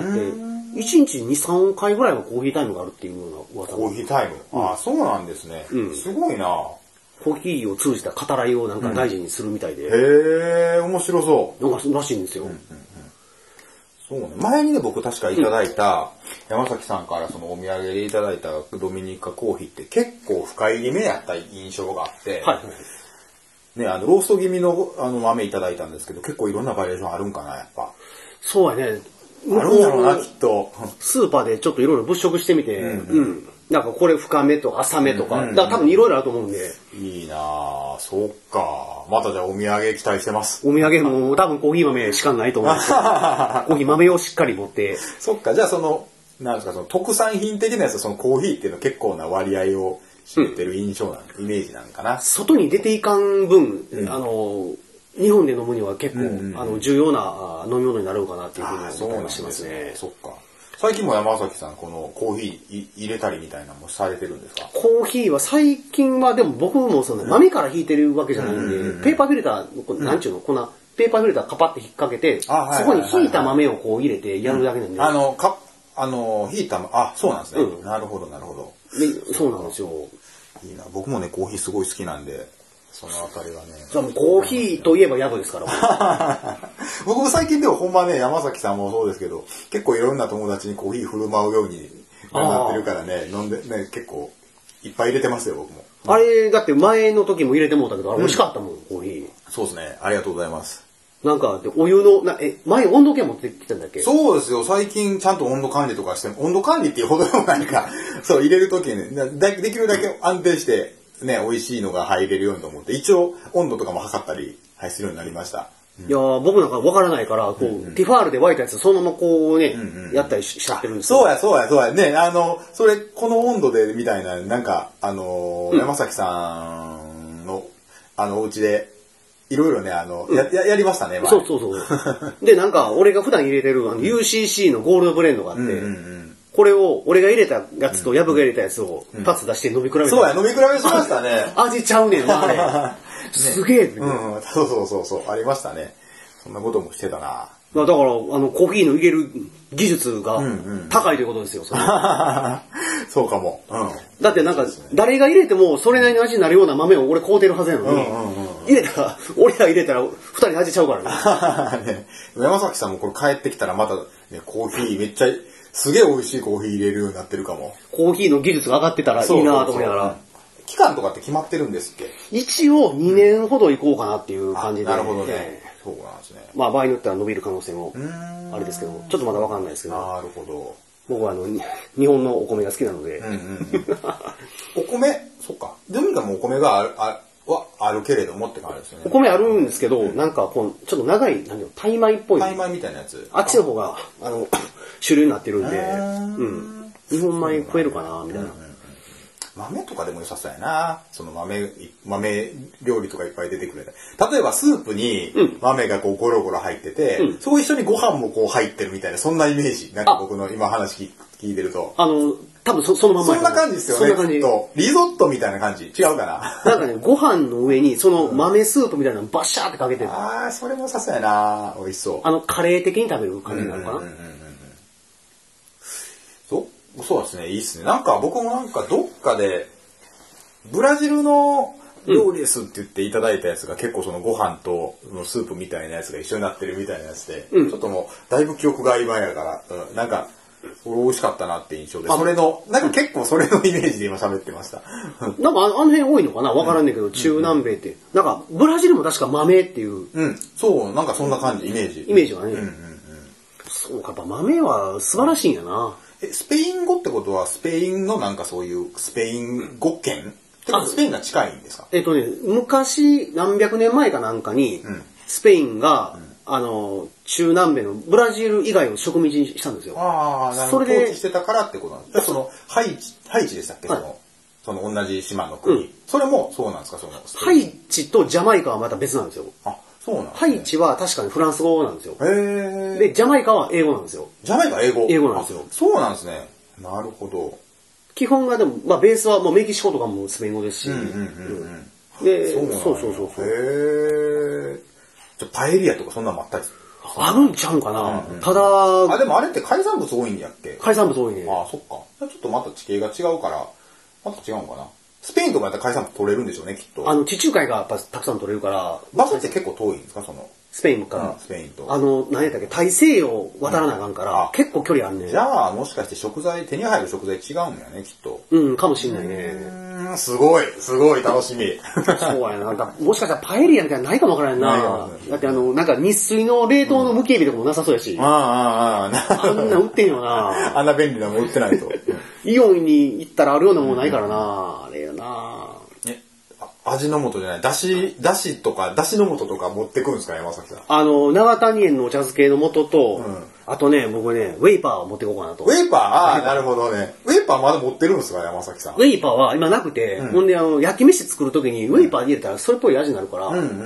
いちにちに、さんかいぐらいはコーヒータイムがあるっていうような噂。コーヒータイム、うん、ああ、そうなんですね、うん。すごいな。 コーヒーを通じた語らいをなんか大事にするみたいで。 うん、へえ、面白そう。 なんからしいんですよ。うんうんうん、 そうね。前にね、僕確かいただいた、うん、山崎さんからそのお土産でいただいたドミニカコーヒーって結構深入り目やった印象があって、はいはい、ね、あの、ロースト気味のあの豆いただいたんですけど、結構いろんなバリエーションあるんかな、やっぱ。 そうやね。 あるんだろうな、きっと。 スーパーでちょっといろいろ物色してみて、うん、うん。なんかこれ深めと浅めとか、うんうんうん、だから多分いろいろあると思うんで。 いいなぁ、そっか。またじゃあお土産期待してます。 お土産も多分コーヒー豆しかないと思うんですけど、コーヒー豆をしっかり持って。 そっか、じゃあその、なんですか、その特産品的なやつ、そのコーヒーっていうのは結構な割合を、知ってる印象な、うん、イメージなんかな。 外に出ていかん分、うん、あの、日本で飲むには結構、うんうん、あの重要な飲み物になるのかなっていうふうに思ったりしますね。 そっか。最近も山崎さん、このコーヒー入れたりみたいなのもされてるんですか？ コーヒーは最近は、でも僕もその豆から引いてるわけじゃないんで、うんうんうん、ペーパーフィルター、なんちゅうの、こんな、ペーパーフィルターカパって引っ掛けて、そこに引いた豆をこう入れてやるだけなんで。 うん、あの、か、あの、引いた、あ、そうなんですね。うん、なるほど、なるほど。 で、そうなんですよ。 いいな。僕もね、コーヒーすごい好きなんで、そのあたりはね。 じゃあもうコーヒーといえばヤブですから。 僕も最近でもほんまね、山崎さんもそうですけど、結構いろんな友達にコーヒー振る舞うようになってるからね、飲んでね、結構いっぱい入れてますよ、僕も。 あれ、だって前の時も入れてもうたけど、あれ美味しかったもん、うん、コーヒー。 そうですね。ありがとうございます。 なんか、お湯の、なえ、前温度計持ってきたんだっけ？ そうですよ。最近ちゃんと温度管理とかして、温度管理っていうほどでもないか。そう、入れるときにね、できるだけ安定して、ね、美味しいのが入れるようにと思って、一応温度とかも測ったり、はい、するようになりました。 うん、いやー、僕なんかわからないから、こう、うんうん、ティファールで沸いたやつそのままこうね、うんうん、やったりしちゃってるんですよ。 そうや、そうや、そうや。ね、あの、それ、この温度で、みたいな、なんか、あのーうん、山崎さんの、あの、お家で、いろいろね、あの、うん、や、やりましたね、 前。そうそうそう。で、なんか、俺が普段入れてる、あの、ユーシーシー のゴールドブレンドがあって、うんうんうん、これを、俺が入れたやつと、ヤブが入れたやつを、パツ出して飲み比べた、うん。 そうや、飲み比べしましたね。 味ちゃうねんな、あれ。ね、すげえ、 うんうん。そうそうそうそう、ありましたね。そんなこともしてたな。 だから、あの、コーヒーの入れる技術が高いということですよ。そ, そうかも。うん、 だってなんか、誰が入れてもそれなりの味になるような豆を俺買うてるはずやのに、うんうんうん、入れたら、俺ら入れたら二人味ちゃうからね。 ね、山崎さんもこれ帰ってきたらまた、ね、コーヒーめっちゃ、すげえ美味しいコーヒー入れるようになってるかも。 コーヒーの技術が上がってたらいいなと思いながら。そうそうそう、 期間とかって決まってるんですっけ？ 一応にねんほど行こうかなっていう感じで。 なるほどね。そうなんですね。 まあ場合によっては伸びる可能性もあれですけど、ちょっとまだわかんないですけど。 なるほど。 僕はあの日本のお米が好きなので。うんうんうん、 お米、そっか。ドミニカもお米がある、あはあるけれどもって感じですね。 お米あるんですけど、うん、なんかこうちょっと長い、なんていうの、タイ米っぽい。 タイ米みたいなやつ。 あっちの方があの主流になってるんで、うん。日本米食えるかなみたいな。うんうんうん、 豆とかでも良さそうやな。その豆、豆料理とかいっぱい出てくれた。例えばスープに豆がこうゴロゴロ入ってて、うん、そこ一緒にご飯もこう入ってるみたいな、そんなイメージ。なんか僕の今話聞いてると。 あの、多分 そ, そのままそんな感じですよね。そんな感じ。リゾットみたいな感じ。違うかな。 なんかね、ご飯の上にその豆スープみたいなのバシャーってかけてる。 ああ、それもさそうやな。美味しそう。 あの、カレー的に食べる感じなのかな。うんうんうんうん、 そう、そうですね。いいっすね。なんか僕もなんかどっかで、ブラジルの料理ですって言っていただいたやつが、うん、結構そのご飯とスープみたいなやつが一緒になってるみたいなやつで、うん、ちょっともうだいぶ記憶が曖昧やから、うん、なんか、それ美味しかったなって印象で、それの、なんか結構それのイメージで今喋ってました。 なんかあの辺多いのかなわからんねんけど、うん、中南米って。なんか、ブラジルも確か豆っていう。 うん、そう、なんかそんな感じ、イメージ。 イメージがね。うんうんうん、そうか、やっぱ豆は素晴らしいんやな。 え、スペイン語ってことは、スペインのなんかそういうスペイン語圏ってことスペインが近いんですか？ えっとね、昔、何百年前かなんかに、うん、スペインが、うんあの、中南米のブラジル以外を植民地にしたんですよ。 ああ、なるほど。それで。統治してたからってことなんですか？その、ハイチ、ハイチでしたっけ、はい、その、その同じ島の国、うん。それもそうなんですかその、 ハイチとジャマイカはまた別なんですよ。 あ、そうなんですね。 ハイチは確かにフランス語なんですよ。 へー。 で、ジャマイカは英語なんですよ。 ジャマイカ英語？ 英語なんですよ。 そうなんですね。なるほど。 基本がでも、まあベースはもうメキシコとかもスペイン語ですし。うんうんうんうん。で、そうそうそうそう。 へー。じゃパエリアとかそんなのもあったりする？ あるんちゃうんかな、うんうん、ただあ、でもあれって海産物多いんやっけ？ 海産物多いね。 ああ、そっか。ちょっとまた地形が違うから、また違うのかな。スペインとかやったら海産物取れるんでしょうね、きっと。 あの、地中海がやっぱたくさん取れるから。 場所って結構遠いんですか、その。 スペインから、 うん、スペインと。 あの、何やったっけ、大西洋渡らなあかんから、うん、結構距離あんねん。 じゃあ、もしかして食材、手に入る食材違うんやね、きっと。 うん、かもしんないね。 うん、すごい、すごい楽しみ。 そうやな。なんかもしかしたらパエリアみたいなのないかもわからんな。だってあの、なんか日水の冷凍の無形日とかもなさそうやし。 うん、ああ、ああ、 あんな売ってんよな。 あんな便利なもん売ってないと。 イオンに行ったらあるようなもんないからな。あれやな。 味の素じゃない、だし、だしとか、だしの素とか持ってくるんですか、山崎さん。 あの、長谷園のお茶漬けの素と、うん、あとね、僕ね、ウェイパーを持っていこうかなと。 ウェイパーああ、なるほどね。ウェイパーまだ持ってるんですか、山崎さん。 ウェイパーは今なくて、うん、ほんで、あの、焼き飯作るときにウェイパー入れたらそれっぽい味になるから、うんうんうん、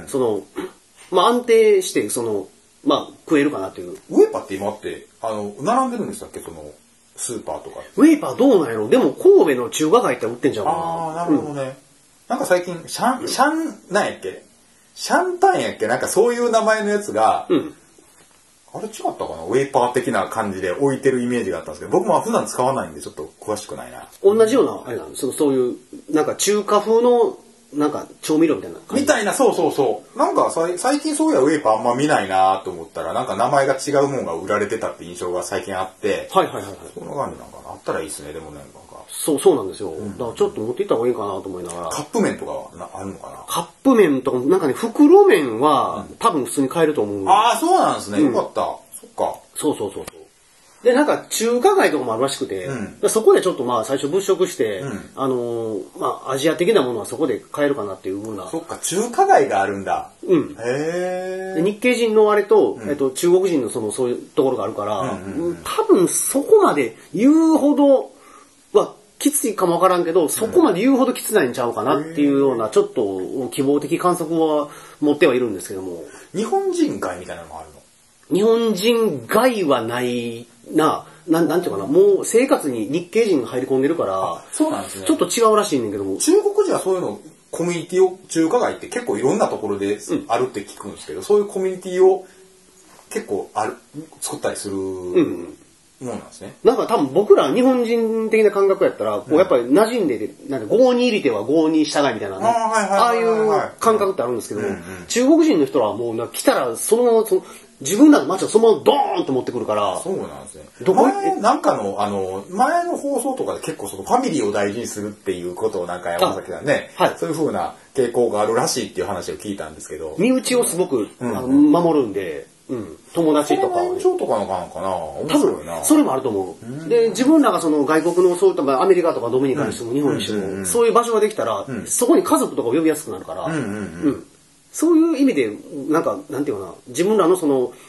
その、まあ安定して、その、まあ食えるかなという。 ウェイパーって今って、あの、並んでるんでしたっけ、その、スーパーとか。 ウェイパーどうなんやろ？でも神戸の中華街って売ってんじゃんかな。 ああ、なるほどね。うんなんか最近、シャン、シャン、なんやっけシャンタンやっけなんかそういう名前のやつが、うん、あれ違ったかなウェイパー的な感じで置いてるイメージがあったんですけど、僕も普段使わないんでちょっと詳しくないな。 同じような、あれなんですよ。そういう、なんか中華風の、なんか調味料みたいな感じ。 みたいな、そうそうそう。なんかさ最近そういやウェイパーあんま見ないなと思ったら、なんか名前が違うもんが売られてたって印象が最近あって。 はいはいはい、はい。 そんな感じなんかな。あったらいいですね、でもね。 そう、そうなんですよ。うん、だからちょっと持っていった方がいいかなと思いながら。 カップ麺とかはなあるのかなカップ麺とか、なんかね、袋麺は、うん、多分普通に買えると思う。 ああ、そうなんですね。うん、よかった。そっか。 そうそうそうそう。で、なんか中華街とかもあるらしくて、うん、そこでちょっとまあ最初物色して、うん、あのー、まあアジア的なものはそこで買えるかなっていう風な。 そっか、中華街があるんだ。 うん。 へえ。日系人のあれと、うん、えっと、中国人のその、そういうところがあるから、うんうんうん、多分そこまで言うほどは、きついかもわからんけど、そこまで言うほどきつないんちゃうかなっていうような、ちょっと希望的観測は持ってはいるんですけども。 日本人街みたいなのもあるの？ 日本人街はないな、なん、なんていうかな、もう生活に日系人が入り込んでるから、 そうなんですね。 ちょっと違うらしいんだけども。 中国人はそういうの、コミュニティを、中華街って結構いろんなところであるって聞くんですけど、うん、そういうコミュニティを結構ある、作ったりする。うんなんですね、 なんか多分僕ら日本人的な感覚やったら、こうやっぱり馴染んでて、なんか郷に入りては郷に従いみたいなね、ああいう感覚ってあるんですけど、うんうん、中国人の人はもうなんか来たらそのままその自分らの街をそのままドーンと持ってくるから。 そうなんですね。どこ前なんかのあの前の放送とかで結構そのファミリーを大事にするっていうことをなんか山崎さんね、はい、そういう風な傾向があるらしいっていう話を聞いたんですけど、 身内をすごく、うん、あの守るんで。うん、友達とか。 延長とかのかなかな多分、それもあると思う。で、自分らがその外国のそういったアメリカとかドミニカにしても日本にしても、そういう場所ができたら、そこに家族とかを呼びやすくなるから、そういう意味で、なんか、なんていうかな、自分らのその、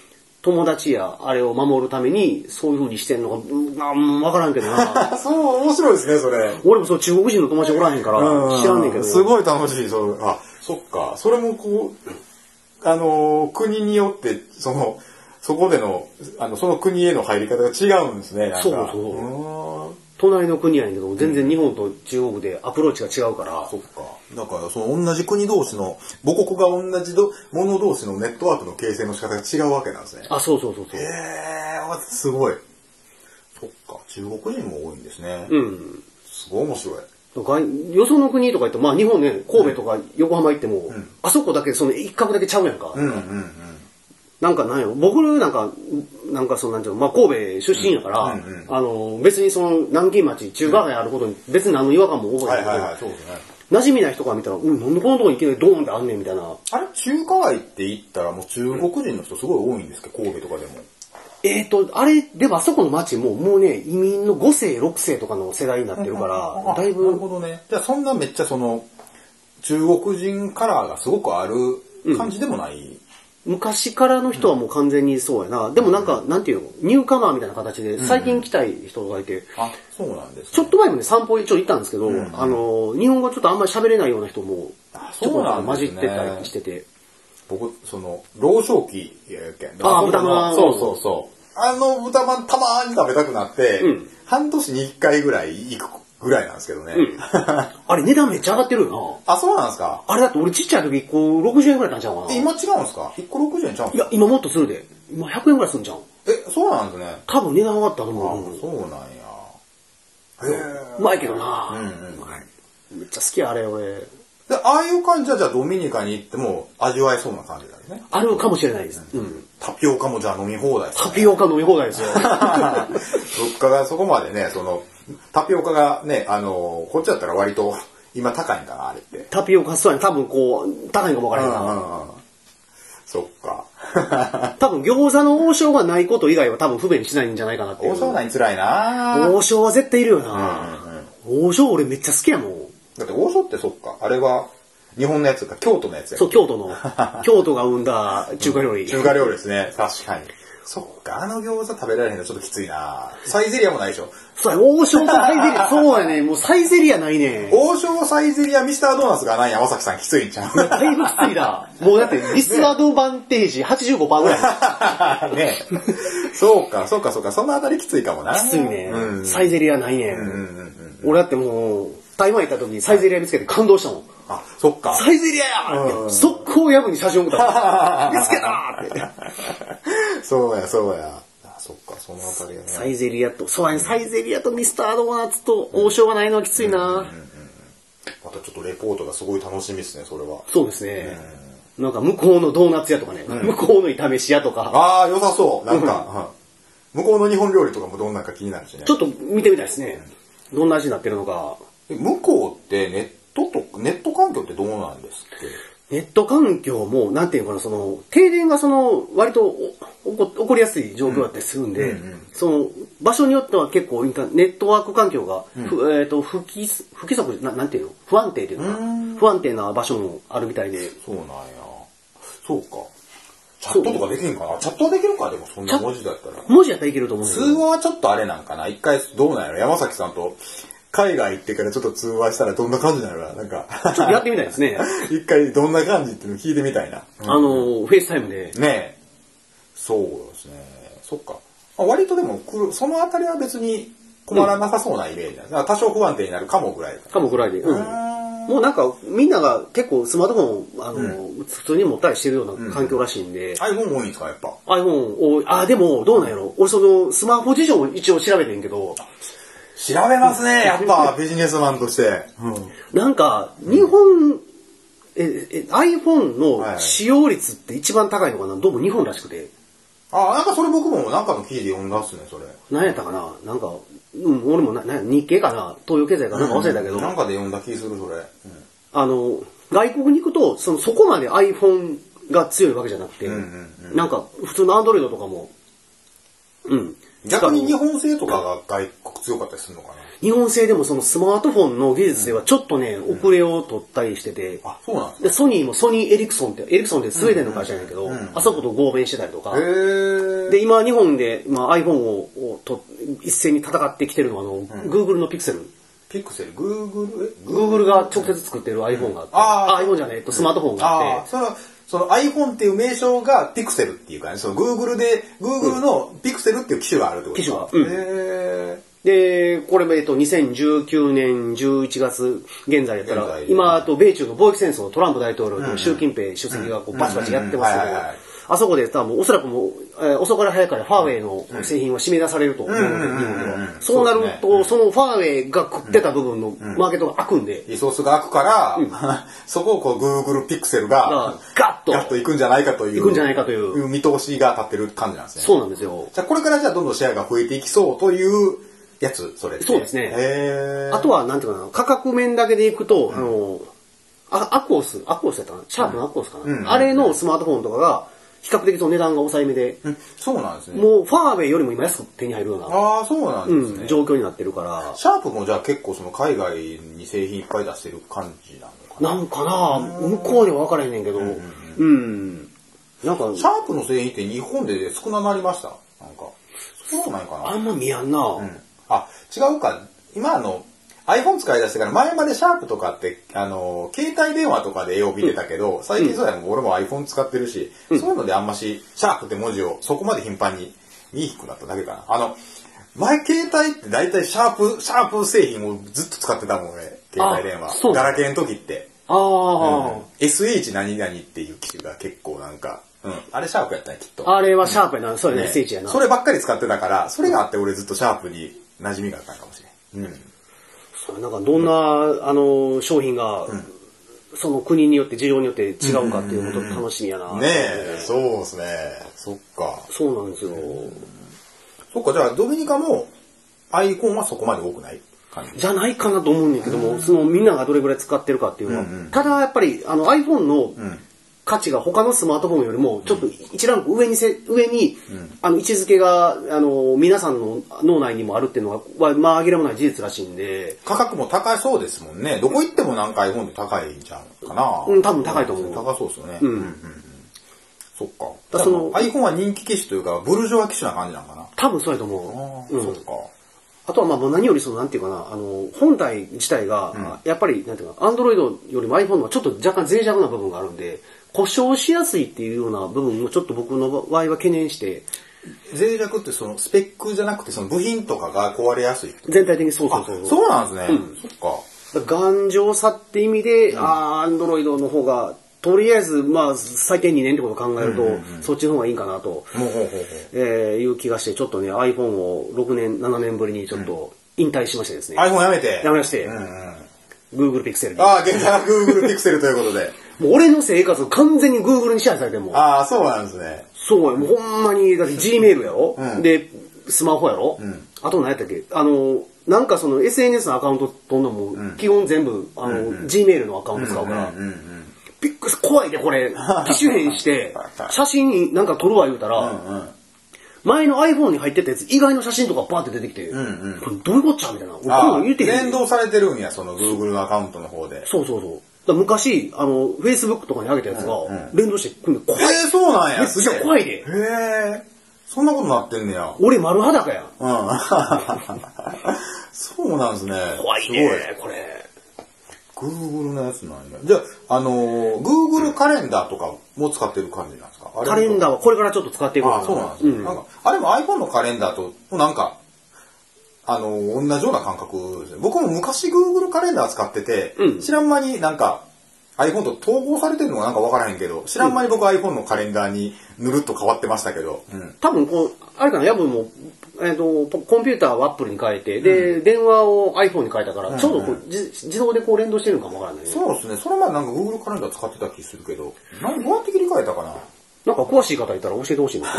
友達やあれを守るためにそういう風にしてんのか、うん、わからんけどな。 そう、面白いですね、それ。 俺もそう中国人の友達おらへんから知らんねんけど。 すごい楽しい、そう。あ、そっか。それもこう、あのー、国によって、その、そこでの、あの、その国への入り方が違うんですね、なんか。 そうそう。隣の国やねんけど、全然日本と中国でアプローチが違うから。 そっか。だから、その同じ国同士の、母国が同じどもの同士のネットワークの形成の仕方が違うわけなんですね。 あ、そうそうそうそう。 へー、すごい。そっか、中国人も多いんですね。 うん。 すごい面白い。 よその国とか行って、まあ日本ね、神戸とか横浜行っても、うん、あそこだけ、その一角だけちゃうやんか。 うんうんうん。 なんかなんやろ、僕なんか、なんかそのなんていうの、まあ神戸出身やから、うんうんうん、あの、別にその南京町、中華街あることに別に何の違和感も覚えてないけど、はいはいはい、そうですね。馴染みない人から見たら、うん、なんでこのとこにいきなりドーンってあんねんみたいな。 あれ、中華街って言ったらもう中国人の人すごい多いんですけど、神戸とかでも。 えっと、あれ、でもあそこの町ももうね、移民のご世、ろく世とかの世代になってるから、だいぶ。 なるほどね。じゃあそんなめっちゃその、中国人カラーがすごくある感じでもない、うん、 昔からの人はもう完全にそうやな。でもなんか、うん、なんていうの、ニューカマーみたいな形で、最近来たい人がいて、うん、 あ、そうなんです、ね、 ちょっと前もね、散歩一応行ったんですけど、うんうん、あの、日本語ちょっとあんまり喋れないような人も、ちょこちょこ混じってたりしてて。 僕、その、老少期やけん。 ああ、豚まん。 そうそうそう。あの豚まんたまーに食べたくなって、うん、半年にいっかいぐらい行くぐらいなんですけどね。うん、 あれ値段めっちゃ上がってるよな。あ、そうなんですか。 あれだって俺ちっちゃい時いっころくじゅうえんぐらいなんちゃうかな。 今違うんですか ?いっころくじゅうえんちゃうんですか。 いや、今もっとするで。今ひゃくえんぐらいするんじゃん。 え、そうなんですね。 多分値段上がったと思う。 あ、そうなんや。 へぇうまいけどな、うんうん、めっちゃ好きや、あれ俺。 で、ああいう感じはじゃあドミニカに行っても味わえそうな感じだよね。 あるかもしれないです。うん。 タピオカもじゃあ飲み放題です、 ね。タピオカ飲み放題ですよ。 物価がそこまでね、その、タピオカがね、あの、こっちだったら割と今高いんかな、あれって。 タピオカそうやね、多分こう、高いんかもわからないな。 そっか。 多分餃子の王将がないこと以外は多分不便しないんじゃないかなっていう。 王将ない辛いな王将は絶対いるよな、うんうん、王将俺めっちゃ好きやもん。 だって王将ってそっか、あれは日本のやつか、京都のやつや。 そう、京都の。京都が生んだ中華料理。 うん、中華料理ですね。確かに。そっか、あの餃子食べられへんのちょっときついなサイゼリアもないでしょ。 そうや、王将とサイゼリア、そうやね。もうサイゼリアないね。 王将、サイゼリア、ミスタードーナツがない山崎さんきついんちゃう。 だいぶきついな。もうだって、リスアドバンテージ はちじゅうごパーセント ぐらい。 ねそうか、そうか、そうか。そのあたりきついかもな。 きついね。うん、サイゼリアないね、うんうんうん。俺だってもう、台湾行った時にサイゼリア見つけて感動したもん。 あ、そっか。 サイゼリアや、うん、速攻ヤブに写真送ったもん。見つけたって。 そうや、そうや。あ、そっか、そのあたりやね。 サイゼリアと、そうやね、サイゼリアとミスタードーナツと王将がないのはきついな、うんうんうんうん、 またちょっとレポートがすごい楽しみですね、それは。 そうですね。うん、なんか向こうのドーナツ屋とかね、うん、向こうの炒めし屋とか。 ああ、良さそう。なんか、うん、向こうの日本料理とかもどんなか気になるしね。 ちょっと見てみたいですね。どんな味になってるのか。 向こうってネットと、ネット環境ってどうなんですっけ？ネット環境も、なんていうのかな、その、停電がその、割と起こ、起こりやすい状況だったりするんで、うんうんうん、その、場所によっては結構、ネットワーク環境が、うん、えっ、ー、と、不規、不規則な、なんていうの？不安定っていうのかな？不安定な場所もあるみたいで。 そうなんや。そうか。チャットとかできんかな？チャットはできるか？でもそんな文字だったら。 文字だったらいけると思う。 通話はちょっとあれなんかな？一回どうなんやろ？山崎さんと、海外行ってからちょっと通話したらどんな感じなのかな、なんか。 ちょっとやってみたいですね。 一回どんな感じっていうの聞いてみたいな。 うん、あの、フェイスタイムで。 ねえ。そうですね。そっか。割とでも、そのあたりは別に困らなさそうなイメージなんです。うん、多少不安定になるかもぐらい。 かもぐらいで。うん。もうなんか、みんなが結構スマートフォン、あの、うん、普通に持ったりしてるような環境らしいんで。うん、 iPhone 多いんですか、やっぱ。 iPhone 多い。あ、でも、どうなんやろ。俺その、スマホ事情も一応調べてんけど、 調べますね、やっぱビジネスマンとして。 うん、なんか、日本、うん、え、え、iPhone の使用率って一番高いのかな、どうも日本らしくて。 あ、なんかそれ僕もなんかの記事で読んだっすね、それ。 何やったかななんか、うん、俺もな、な日経かな東洋経済かなんか忘れたけど、 うん。なんかで読んだ気する、それ。うん、 あの、外国に行くと、その、そこまで iPhone が強いわけじゃなくて、うんうんうん、なんか、普通の Android とかも、うん。 逆に日本製とかが外国強かったりするのかな。 日本製でもそのスマートフォンの技術ではちょっとね、うん、遅れを取ったりしてて、 あ、そうなんですね。で、ソニーもソニーエリクソンって、エリクソンってスウェーデンの会社なんやけど、うんうん、あそこと合弁してたりとか、で、今日本で、まあ、iPhone ををと一斉に戦ってきてるのは、あの、うん、Google のピクセル。 ピクセル ?Google? Google が直接作ってる iPhone があって、うん、ああ、iPhone じゃない、スマートフォンがあって、 あそのその iPhone っていう名称がピクセルっていうかね、その Google で、Google のピクセルっていう機種があるってことですか、 機種が。うん、へで、これ、えっと、にせんじゅうきゅうねんじゅういちがつ現在やったら、今、あと、米中の貿易戦争、トランプ大統領と習近平主席がこうバチバチやってますけど、あそこで多分、おそらくもう、えー、遅から早からファーウェイの製品は締め出されると思うので、日本では。そうなると、そのファーウェイが食ってた部分のマーケットが開くんで。 リソースが開くから、うん、そこをこう、Google ピクセルが、 ガッと、 ガッと行くんじゃないかという。 行くんじゃないかという。 見通しが立ってる感じなんですね。 そうなんですよ。 じゃあ、これからじゃあ、どんどんシェアが増えていきそうというやつ、それって。 そうですね。へあとは、なんていうかな、価格面だけでいくと、うん、あの、あアコース、アコースやったかな、シャープのアコースかな、うん、あれのスマートフォンとかが、比較的その値段が抑えめで、 うん、そうなんですね。 もうファーウェイよりも今安く手に入るような、 ああ、そうなんですね、 うん、状況になってるから。 シャープもじゃあ結構その海外に製品いっぱい出してる感じなのかな。 なんかな、向こうでは分からへんねんけど、うん、うんうん、 なんかシャープの製品って日本で少なくなりました。なんかそうなんかな。 あんま見やんな。 うん、あ、違うか。今あの iPhone 使い出してから前までシャープとかってあの携帯電話とかで絵を見てたけど、うん、最近そうやもん、俺も iPhone 使ってるし、うん、そういうのであんましシャープって文字をそこまで頻繁に見にくくなっただけかな。あの前携帯って大体シャープシャープ製品をずっと使ってたもん俺、携帯電話。ガラケーの時って。 ああ、 うん、エスエイチ 何々っていう機種が結構なんか、うん、あれシャープやったねきっと。 あれはシャープやな、そうやね、エスエイチ やな。 そればっかり使ってたから、それがあって俺ずっとシャープに馴染みがあったかもしれん。うん。 なんかどんな、あの商品が、うん、その国によって需要によって違うかっていうのと楽しみやな、 うんうん、ねえ、そうですね。そっか。 そうなんですよ。 そっか、じゃあドミニカもアイコンはそこまで多くない感じじゃないかなと思うんだけども、うん、そのみんながどれぐらい使ってるかっていうのは、うんうん、ただやっぱりあの iPhone の価値が他のスマートフォンよりもちょっと一ランク上にせ上に、うん、あの位置づけがあの皆さんの脳内にもあるっていうのはまあ紛れもない事実らしいんで、 価格も高そうですもんね。どこ行ってもなんか iPhone って高いんちゃうかな。 うん、多分高いと思う。 高そうですよね。うんうんうん。そっか。だその iPhone は人気機種というかブルジョワ機種な感じなのかな。 多分そうやと思う。 あ、うん、そっか。 あとはまあ何よりそのなんていうかな、あの本体自体が、うん、やっぱりなんていうか Android よりも iPhone のはちょっと若干脆弱な部分があるんで、故障しやすいっていうような部分をちょっと僕の場合は懸念して。 脆弱ってそのスペックじゃなくてその部品とかが壊れやすい。 全体的にそうそうそうそう。 そうなんですね。うん、そっか。 頑丈さって意味で、うん、ああ Android の方がとりあえずまあ最低にねんってことを考えると、うんうんうん、そっちの方がいいかなと、うん、えー、いう気がしてちょっとね iPhone をろくねんななねんぶりにちょっと引退しましてですね。 うん、iPhone やめて。 やめまして。うんうん、Google Pixel に。 ああ、現在は Google Pixel ということで。 もう俺の生活完全に Google に支配されても。 ああ、そうなんですね。 そうや、もうほんまに、だって Gmail やろ、うん、で、スマホやろ、うん、あと何やったっけあの、なんかその エスエヌエス のアカウントとんのも、うん、基本全部、あの、うんうん、Gmail のアカウント使うから、びっくり怖いでこれ、機種変して、写真なんか撮るわ言うたら、うんうん、前の iPhone に入ってたやつ以外の写真とかバーって出てきて、うんうん、これどういうこっちゃみたいな。 あ言って連動されてるんや、その Google のアカウントの方で。 そうそうそう。だ昔、あの、Facebook とかに上げたやつが、連動してくるんで、 怖い。えー、そうなんや。 めっちゃ怖いで。へえ。そんなことなってんねや。 俺丸裸やん。 うん。そうなんですね。 怖いね、これ。 Google のやつなんや。じゃあ、あのー、Google カレンダーとかも使ってる感じなんですか？ カレンダーはこれからちょっと使っていこうかな。 あ、そうなんですね。うん、なんかあれも iPhone のカレンダーと、なんか、あの、同じような感覚ですね。僕も昔 Google カレンダー使ってて、うん、知らん間になんか iPhone と統合されてるのかなんかわからへんけど、知らん間に僕 iPhone のカレンダーにぬるっと変わってましたけど。うん、 多分こう、あれかな、ヤブも、えっと、コンピューターを Apple に変えて、で、うん、電話を iPhone に変えたから、うんうん、ちょうどこう、自動でこう連動してるのかもわからない、ね。 そうですね。それまでなんか Google カレンダー使ってた気するけど、なんどうやって切り替えたかな。 なんか詳しい方いたら教えてほしいな。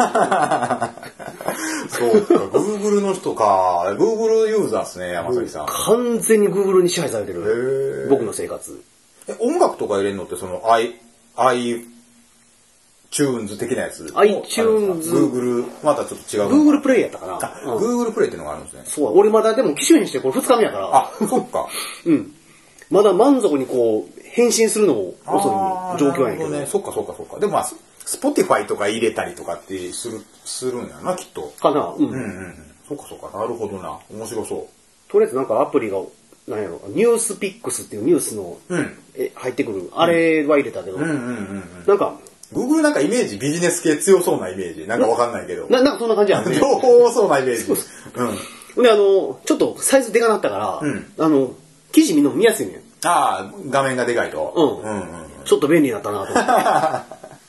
そうか、Google の人か。Google ユーザーですね、山崎さん。 完全に Google に支配されてる。僕の生活。 え、音楽とか入れるのってその i、i、 iTunes 的なやつ。 iTunes。 Google、またちょっと違う。 Google プレイやったかな。 あ、うん、Google プレイっていうのがあるんですね。 そう、俺まだでも機種にしてこれふつかめやから。 あ、そっか。 うん。まだ満足にこう、返信するのも遅い状況やねんけど。 ね、そっかそっかそっか。でもまあ、Spotify とか入れたりとかってする、するんやな、きっと。 かな。うん。 うんうんうん。そっかそっか。なるほどな。面白そう。 とりあえずなんかアプリが、なんやろ、ニュースピックスっていうニュースの、うん、え入ってくる、あれは入れたけど、うんうんうんうん、なんか、 Google なんかイメージ、ビジネス系強そうなイメージ。なんかわかんないけど。 な、なんかそんな感じやね。 情報多そうなイメージ。 うん。で、あの、ちょっとサイズでかなったから、うん、あの、記事見るの見やすいねん。 ああ、画面がでかいと。うん。うんうんうん、 ちょっと便利だったなと思って。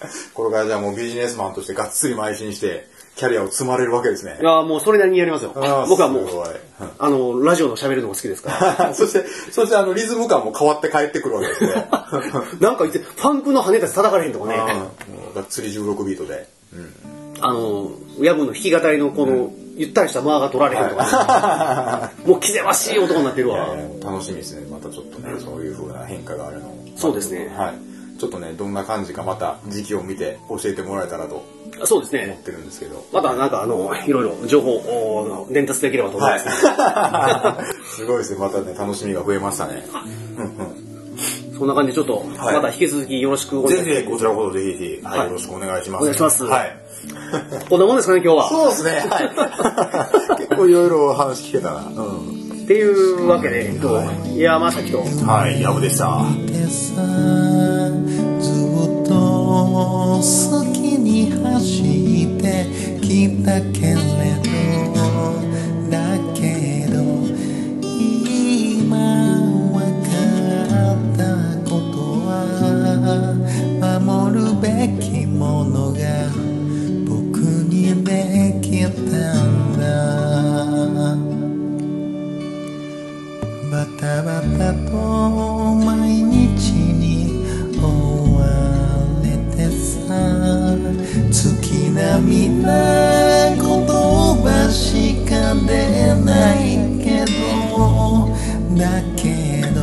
これからじゃあもうビジネスマンとしてがっつり邁進して、キャリアを積まれるわけですね。 いやもうそれなりにやりますよ。僕はもう、あの、ラジオの喋るのが好きですから。 そして、そしてあの、リズム感も変わって帰ってくるわけですね。 なんか言って、ファンクの跳ねたち叩かれへんとかね。 もうがっつりじゅうろくビートで。 うん、あの、ヤブの弾き語りのこの、うん、ゆったりした間が取られへんとか、ね、はい、もう気ぜわしい男になってるわ。 えー、楽しみですね。またちょっとね、そういう風な変化があるのを。 そうですね。 はい。ちょっとね、どんな感じかまた時期を見て教えてもらえたらと。 そうですね。 思ってるんですけど。 またなんかあの、いろいろ情報を伝達できればと思います、ね。 はい、すごいですね。またね、楽しみが増えましたね。 そんな感じでちょっと、また引き続きよろしくお願いします。 ぜひ、こちらこそぜひぜひ、はい、よろしくお願いします。 お願いします。 はい。 こんなもんですかね、今日は。 そうですね。はい。結構いろいろ話聞けたな。うん。 っていうわけで、今日は山崎と、 はい、ヤブでした。 好きに走ってきたけれどだけど今わかったことは守るべきものが僕にできたんだバタバタと毎日に追わ月並みな言葉しか出ないけどだけど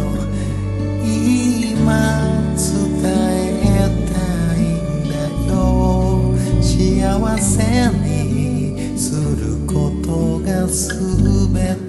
今伝えたいんだよ幸せにすることがすべて